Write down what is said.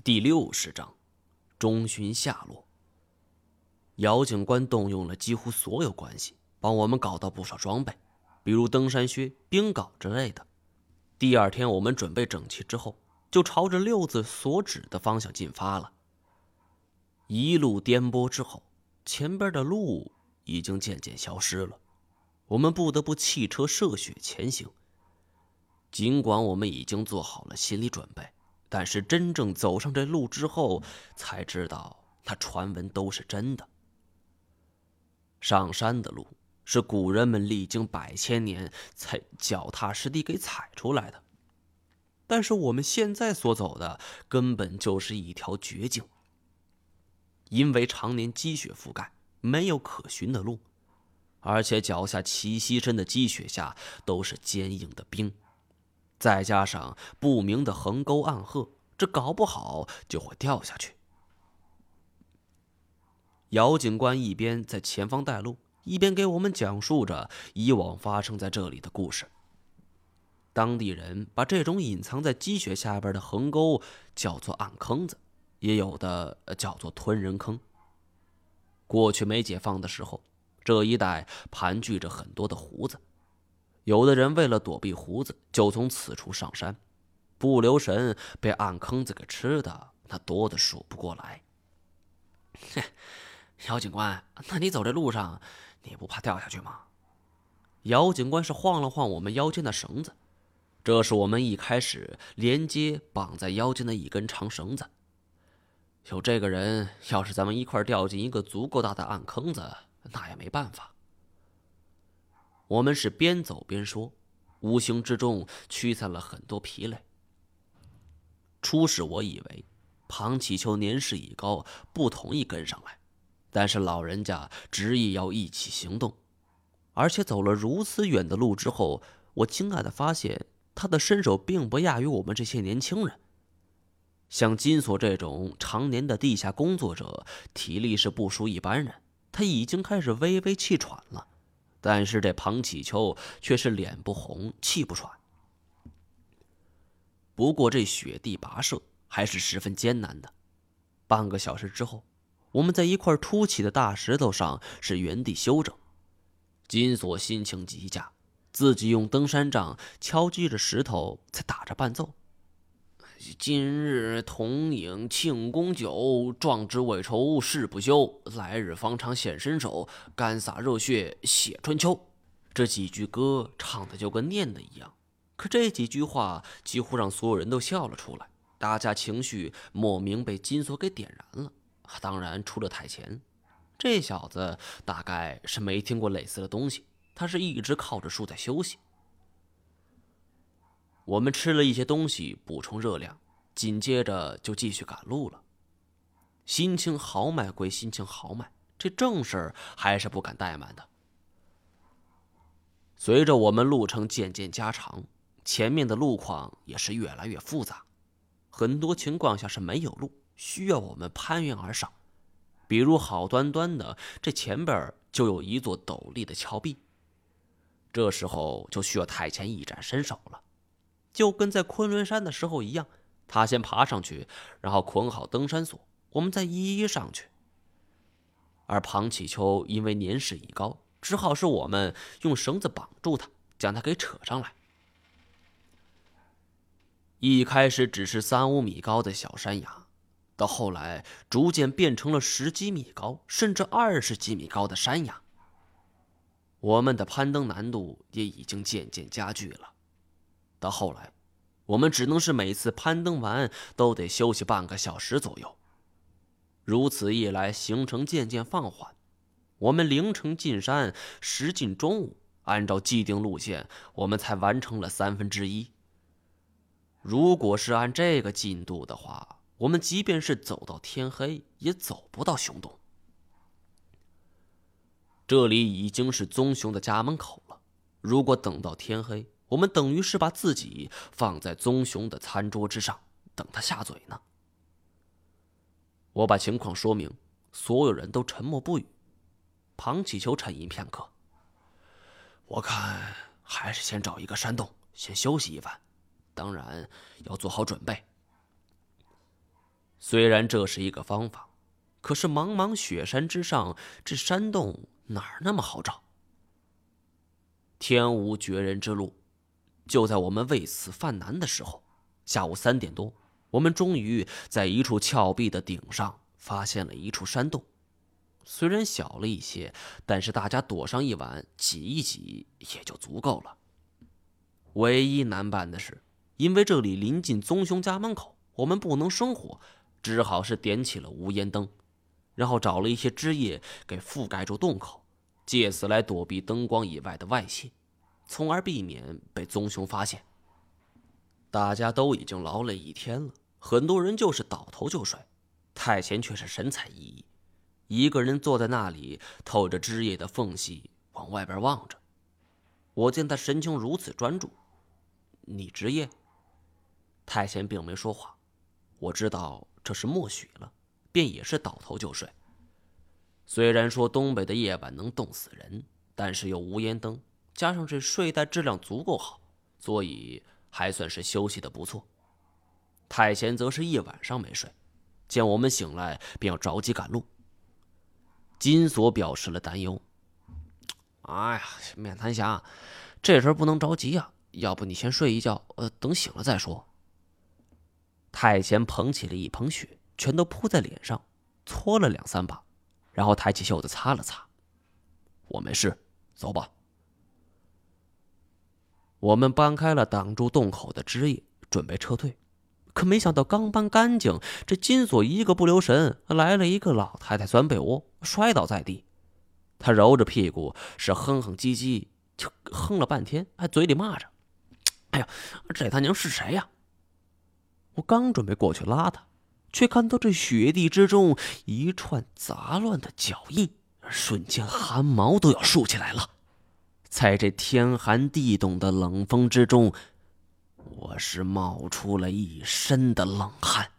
第60章，中寻下落。姚警官动用了几乎所有关系，帮我们搞到不少装备，比如登山靴、冰镐之类的。第二天我们准备整齐之后，就朝着六子所指的方向进发了。一路颠簸之后，前边的路已经渐渐消失了，我们不得不弃车涉雪前行。尽管我们已经做好了心理准备，但是真正走上这路之后，才知道那传闻都是真的。上山的路是古人们历经100千年才脚踏实地给踩出来的，但是我们现在所走的根本就是一条绝境。因为常年积雪覆盖，没有可寻的路，而且脚下齐膝深的积雪下都是坚硬的冰，再加上不明的横沟暗壑，这搞不好就会掉下去。姚警官一边在前方带路，一边给我们讲述着以往发生在这里的故事。当地人把这种隐藏在积雪下边的横沟叫做暗坑子，也有的叫做吞人坑。过去没解放的时候，这一带盘踞着很多的胡子，有的人为了躲避胡子，就从此处上山，不留神被暗坑子给吃的那多的数不过来。姚警官，那你走这路上，你不怕掉下去吗？姚警官是晃了晃我们腰间的绳子，这是我们一开始连接绑在腰间的一根长绳子。有这个人，要是咱们一块掉进一个足够大的暗坑子，那也没办法。我们是边走边说，无形之中驱散了很多疲累。初始我以为庞启秋年事已高，不同意跟上来，但是老人家执意要一起行动，而且走了如此远的路之后，我惊讶地发现他的身手并不亚于我们这些年轻人。像金锁这种常年的地下工作者，体力是不输一般人，他已经开始微微气喘了，但是这庞启秋却是脸不红气不喘。不过这雪地跋涉还是十分艰难的。半个小时之后，我们在一块凸起的大石头上是原地休整。金锁心情极佳，自己用登山杖敲击着石头，在打着伴奏。今日同饮庆功酒，壮志未酬誓不休，来日方长显身手，干洒热血写春秋。这几句歌唱的就跟念的一样，可这几句话几乎让所有人都笑了出来，大家情绪莫名被金锁给点燃了。当然除了台前，这小子大概是没听过类似的东西，他是一直靠着树在休息。我们吃了一些东西补充热量，紧接着就继续赶路了。心情豪迈归心情豪迈，这正事还是不敢怠慢的。随着我们路程渐渐加长，前面的路况也是越来越复杂，很多情况下是没有路，需要我们攀援而上。比如好端端的，这前边就有一座陡立的峭壁，这时候就需要太前一展身手了。就跟在昆仑山的时候一样，他先爬上去，然后捆好登山锁，我们再一一上去。而庞启秋因为年事已高，只好是我们用绳子绑住他，将他给扯上来。一开始只是3-5米高的小山崖，到后来逐渐变成了10几米高，甚至20几米高的山崖。我们的攀登难度也已经渐渐加剧了。到后来，我们只能是每次攀登完都得休息半个小时左右。如此一来，行程渐渐放缓。我们凌晨进山，时近中午，按照既定路线，我们才完成了1/3。如果是按这个进度的话，我们即便是走到天黑，也走不到熊洞。这里已经是棕熊的家门口了，如果等到天黑，我们等于是把自己放在棕熊的餐桌之上，等他下嘴呢。我把情况说明，所有人都沉默不语。庞启秋沉吟片刻，我看还是先找一个山洞，先休息一晚，当然要做好准备。 虽然这是一个方法，可是茫茫雪山之上，这山洞哪儿那么好找？天无绝人之路，就在我们为此犯难的时候，下午3点多，我们终于在一处峭壁的顶上发现了一处山洞。虽然小了一些，但是大家躲上一晚，挤一挤也就足够了。唯一难办的是，因为这里临近宗兄家门口，我们不能生火，只好是点起了无烟灯，然后找了一些枝叶给覆盖住洞口，借此来躲避灯光以外的外泄，从而避免被宗兄发现。大家都已经劳累一天了，很多人就是倒头就睡，太闲却是神采奕奕，一个人坐在那里，透着枝叶的缝隙往外边望着。我见他神情如此专注，你职业？太闲并没说话，我知道这是默许了，便也是倒头就睡。虽然说东北的夜晚能冻死人，但是又无烟灯，加上这睡袋质量足够好，所以还算是休息的不错。太闲则是一晚上没睡，见我们醒来便要着急赶路。金锁表示了担忧：哎呀，面瘫侠，这事儿不能着急啊，要不你先睡一觉，等醒了再说。太闲捧起了一捧雪，全都扑在脸上，搓了2、3把，然后抬起袖子擦了擦。我没事，走吧。我们搬开了挡住洞口的枝叶，准备撤退，可没想到刚搬干净，这金锁一个不留神，来了一个老太太钻被窝，摔倒在地。她揉着屁股，是哼哼唧唧，就哼了半天，还嘴里骂着：“哎呀，这他娘是谁呀？”我刚准备过去拉他，却看到这雪地之中一串杂乱的脚印，瞬间汗毛都要竖起来了。在这天寒地冻的冷风之中，我是冒出了一身的冷汗。